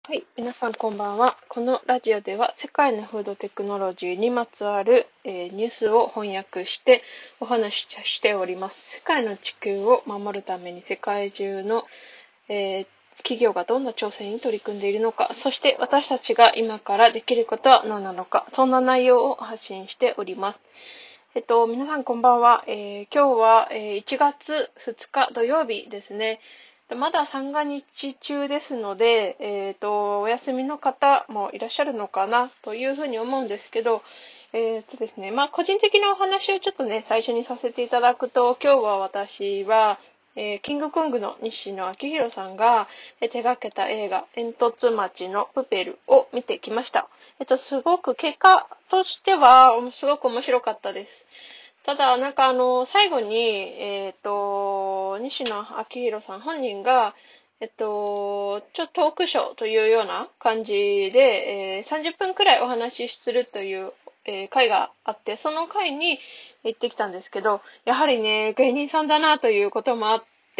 はい、皆さんこんばんは。このラジオでは世界のフードテクノロジーにまつわる、ニュースを翻訳してお話ししております。世界の地球を守るために世界中の、企業がどんな挑戦に取り組んでいるのか、そして私たちが今からできることは何なのか、そんな内容を発信しております。皆さんこんばんは。今日は、1月2日土曜日ですね。まだ三が日中ですので、お休みの方もいらっしゃるのかなというふうに思うんですけど、ですね、個人的なお話をちょっとね、最初にさせていただくと、今日は私は、キングコングの西野昭弘さんが手掛けた映画、煙突町のプペルを見てきました。すごく結果としては、すごく面白かったです。ただ、最後に、西野昭弘さん本人が、ちょっとトークショーというような感じで、30分くらいお話しするという、回があって、その回に行ってきたんですけど、やはりね、芸人さんだなということもあって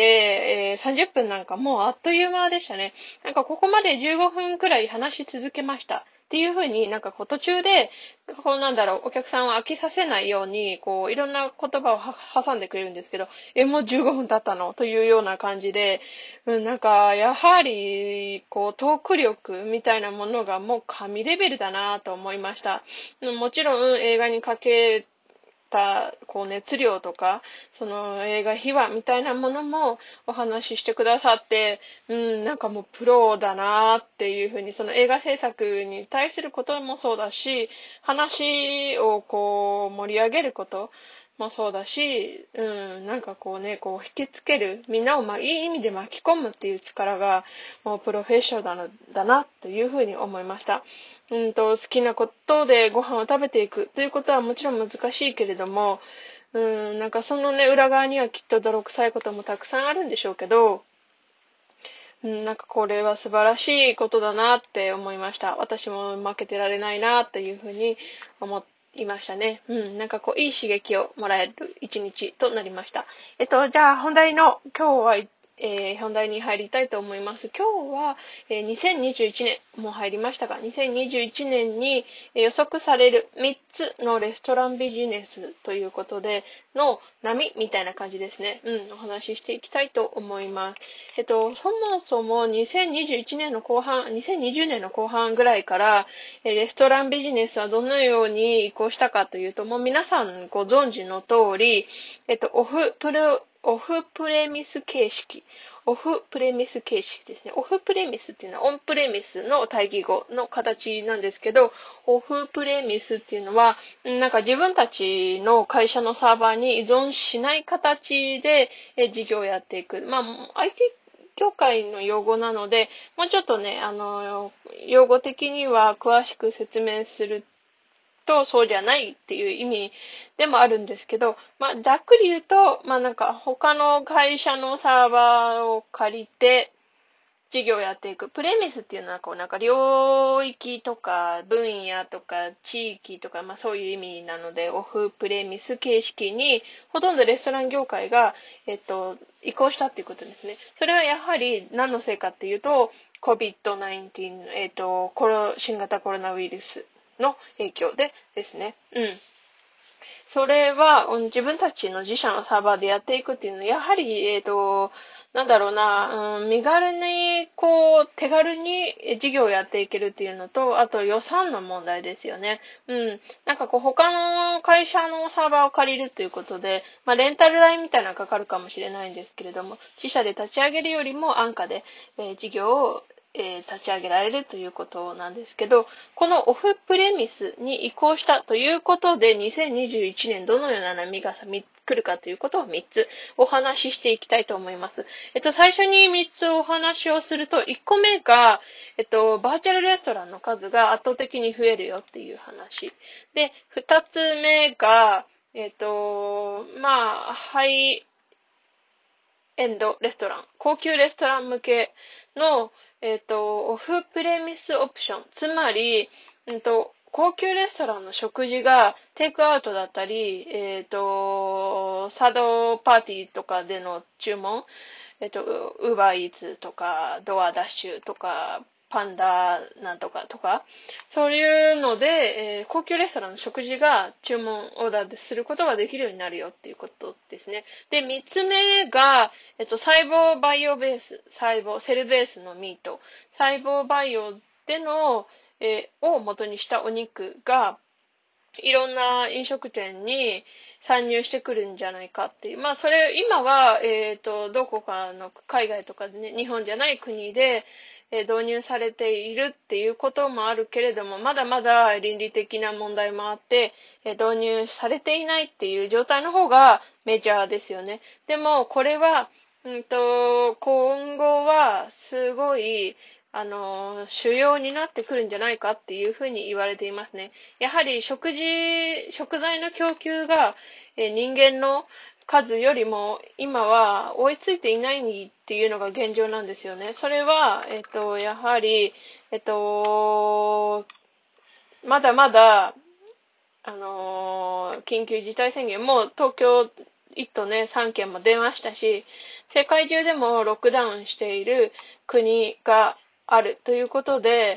、30分なんかもうあっという間でしたね。ここまで15分くらい話し続けました。っていうふうに途中で、お客さんを飽きさせないように、いろんな言葉を挟んでくれるんですけど、もう15分経ったのというような感じで、やはり、トーク力みたいなものがもう神レベルだなと思いました。もちろん映画にかけ熱量とか、その映画秘話みたいなものもお話ししてくださって、もうプロだなっていうふうに、その映画制作に対することもそうだし、話を盛り上げることもそうだし、引きつける、みんなをいい意味で巻き込むっていう力が、もうプロフェッショナルだなというふうに思いました。好きなことでご飯を食べていくということはもちろん難しいけれども、そのね、裏側にはきっと泥臭いこともたくさんあるんでしょうけど、これは素晴らしいことだなって思いました。私も負けてられないなっていうふうに思いましたね。いい刺激をもらえる一日となりました。じゃあ今日は本題に入りたいと思います。今日は、2021年、もう入りましたが、2021年に、予測される3つのレストランビジネスということでの波みたいな感じですね。お話ししていきたいと思います。そもそも2021年の後半、2020年の後半ぐらいから、レストランビジネスはどのように移行したかというと、もう皆さんご存知の通り、オフプレミス形式。オフプレミス形式ですね。オフプレミスっていうのはオンプレミスの対義語の形なんですけど、オフプレミスっていうのは、自分たちの会社のサーバーに依存しない形で事業をやっていく。IT 業界の用語なので、もうちょっとね、用語的には詳しく説明するとそうじゃないっていう意味でもあるんですけど、ざっくり言うと、他の会社のサーバーを借りて事業をやっていく。プレミスっていうのは領域とか分野とか地域とか、そういう意味なので、オフプレミス形式にほとんどレストラン業界が、移行したっていうことですね。それはやはり何のせいかっていうと、COVID-19、新型コロナウイルスの影響でですね。それは、自分たちの自社のサーバーでやっていくっていうのは、やはり、身軽に、手軽に事業をやっていけるっていうのと、あと予算の問題ですよね。他の会社のサーバーを借りるということで、レンタル代みたいなのがかかるかもしれないんですけれども、自社で立ち上げるよりも安価で、事業を立ち上げられるということなんですけど、このオフプレミスに移行したということで、2021年どのような波が来るかということを3つお話ししていきたいと思います。最初に3つお話をすると、1個目が、バーチャルレストランの数が圧倒的に増えるよっていう話。で、2つ目が、ハイエンドレストラン、高級レストラン向けの、オフプレミスオプション、つまり、高級レストランの食事がテイクアウトだったり、サードパーティーとかでの注文、ウーバーイーツとか、ドアダッシュとか、 パンダなんとかとか、そういうので、高級レストランの食事が注文オーダーですることができるようになるよっていうことですね。で、三つ目が、細胞バイオベース、セルベースのミート、細胞バイオでの、を元にしたお肉が、いろんな飲食店に参入してくるんじゃないかっていう。まあ、それ、今は、どこかの海外とかでね、日本じゃない国で、導入されているっていうこともあるけれども、まだまだ倫理的な問題もあって、導入されていないっていう状態の方がメジャーですよね。でも、これは、今後は、すごい、主要になってくるんじゃないかっていうふうに言われていますね。やはり食材の供給が、人間の数よりも今は追いついていないっていうのが現状なんですよね。それは、やはり、まだまだ、緊急事態宣言も東京1都ね、3県も出ましたし、世界中でもロックダウンしている国があるということで、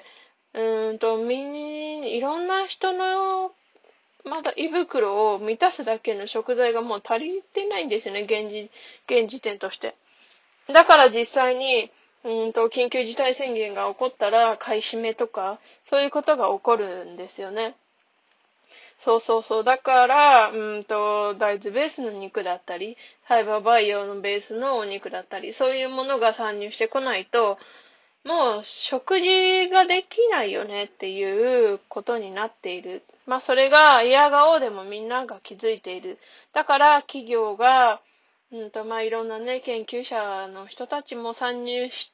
いろんな人のまだ胃袋を満たすだけの食材がもう足りてないんですよね、現時点として。だから実際に、緊急事態宣言が起こったら買い占めとか、そういうことが起こるんですよね。そうそうそう。だから、大豆ベースの肉だったり、サイバーバイオのベースのお肉だったり、そういうものが参入してこないと、もう食事ができないよねっていうことになっている。まあそれが嫌顔でもみんなが気づいている。だから企業が、まあいろんなね、研究者の人たちも参入して、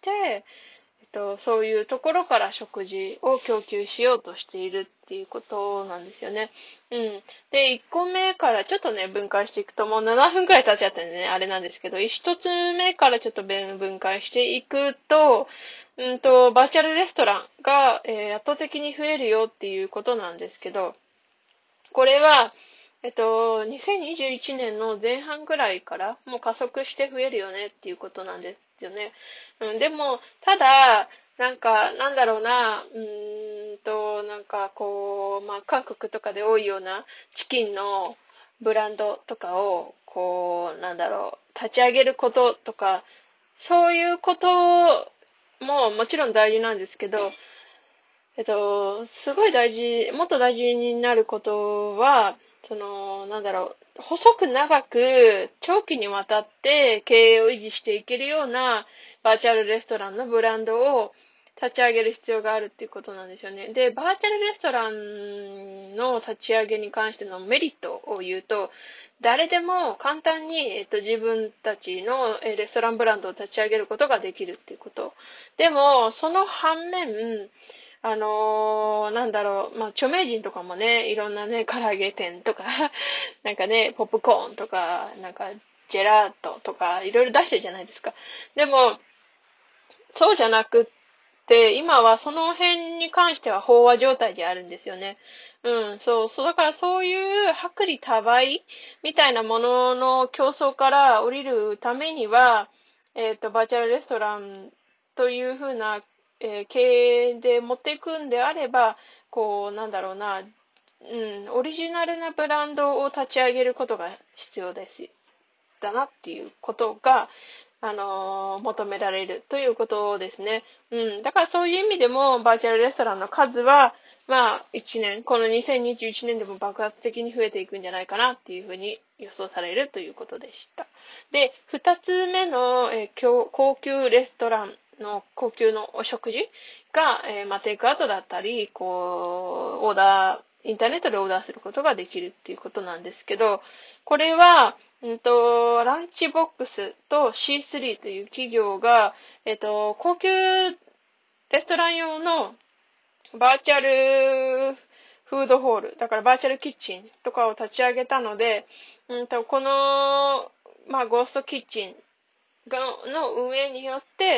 そういうところから食事を供給しようとしているっていうことなんですよね。うん。で、1個目からちょっとね、分解していくと、もう7分くらい経っちゃったんでね、あれなんですけど、1つ目からちょっと分解していくと、バーチャルレストランが、圧倒的に増えるよっていうことなんですけど、これは、2021年の前半ぐらいからもう加速して増えるよねっていうことなんですよね。でも、ただ、なんだろうな、まあ、韓国とかで多いようなチキンのブランドとかを、立ち上げることとか、そういうことももちろん大事なんですけど、すごいもっと大事になることは、細く長く長期にわたって経営を維持していけるようなバーチャルレストランのブランドを立ち上げる必要があるっていうことなんですよね。で、バーチャルレストランの立ち上げに関してのメリットを言うと、誰でも簡単に、自分たちのレストランブランドを立ち上げることができるっていうこと。でも、その反面、まあ、著名人とかもね、いろんなね、唐揚げ店とかなんかね、ポップコーンとか、ジェラートとか、いろいろ出してるじゃないですか。でも、そうじゃなくって、今はその辺に関しては飽和状態であるんですよね。だからそういう薄利多売みたいなものの競争から降りるためには、バーチャルレストランというふうな、経営で持っていくんであれば、オリジナルなブランドを立ち上げることが必要です。だなっていうことが、求められるということですね。だからそういう意味でも、バーチャルレストランの数は、まあ、この2021年でも爆発的に増えていくんじゃないかなっていうふうに予想されるということでした。で、二つ目の、高級レストランの高級のお食事が、まあ、テイクアウトだったり、インターネットでオーダーすることができるっていうことなんですけど、これは、ランチボックスと C3 という企業が、高級レストラン用のバーチャルフードホール、だからバーチャルキッチンとかを立ち上げたので、この、まあ、ゴーストキッチンの運営によって、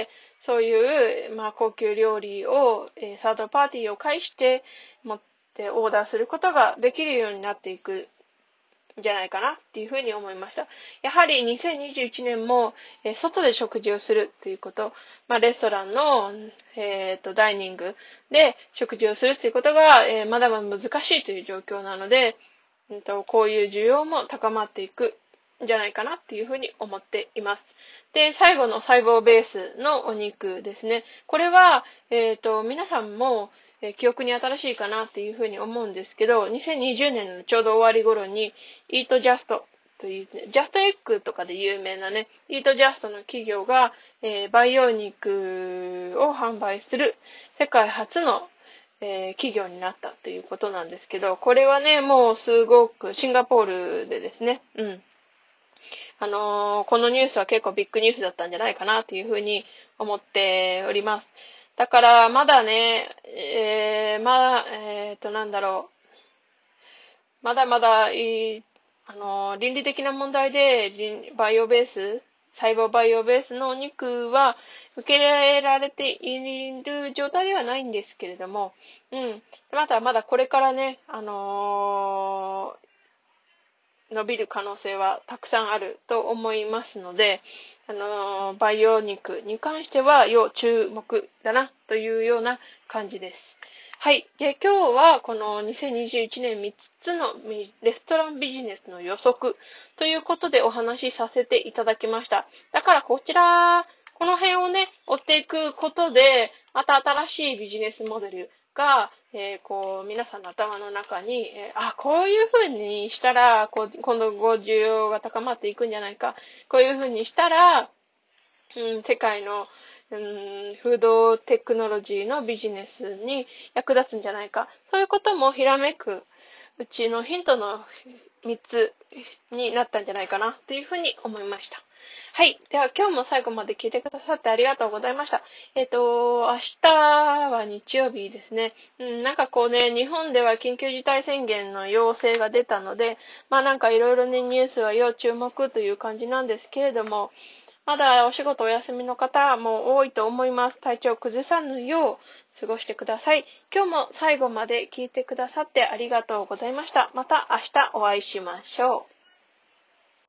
そういう、まあ、高級料理を、サードパーティーを介して持ってオーダーすることができるようになっていくじゃないかなっていうふうに思いました。やはり2021年も、外で食事をするっていうこと、まあ、レストランの、 ダイニングで食事をするということが、まだまだ難しいという状況なので、こういう需要も高まっていくんじゃないかなっていうふうに思っています。で、最後の細胞ベースのお肉ですね。これは、皆さんも、記憶に新しいかなっていうふうに思うんですけど、2020年のちょうど終わり頃に、イートジャストという、ね、ジャストエッグとかで有名なね、イートジャストの企業が、培養肉を販売する世界初の企業になったということなんですけど、これはね、もうすごくシンガポールでですね、このニュースは結構ビッグニュースだったんじゃないかなというふうに思っております。だから、まだね、なんだろう。まだまだ、倫理的な問題で、バイオベース、細胞バイオベースのお肉は受け入れられている状態ではないんですけれども、まだまだこれからね、伸びる可能性はたくさんあると思いますので、培養肉に関しては要注目だなというような感じです。はい。で、今日はこの2021年3つのレストランビジネスの予測ということでお話しさせていただきました。だからこの辺をね、追っていくことで、また新しいビジネスモデルが、皆さんの頭の中に、こういう風にしたら、今度需要が高まっていくんじゃないか。こういう風にしたら、世界の、フードテクノロジーのビジネスに役立つんじゃないか。そういうこともひらめくうちのヒントの3つになったんじゃないかなというふうに思いました。はい。では今日も最後まで聞いてくださってありがとうございました。明日は日曜日ですね。なんかこうね、日本では緊急事態宣言の要請が出たので、なんかいろいろね、ニュースは要注目という感じなんですけれども、まだお仕事お休みの方も多いと思います。体調を崩さぬよう過ごしてください。今日も最後まで聞いてくださってありがとうございました。また明日お会いしましょう。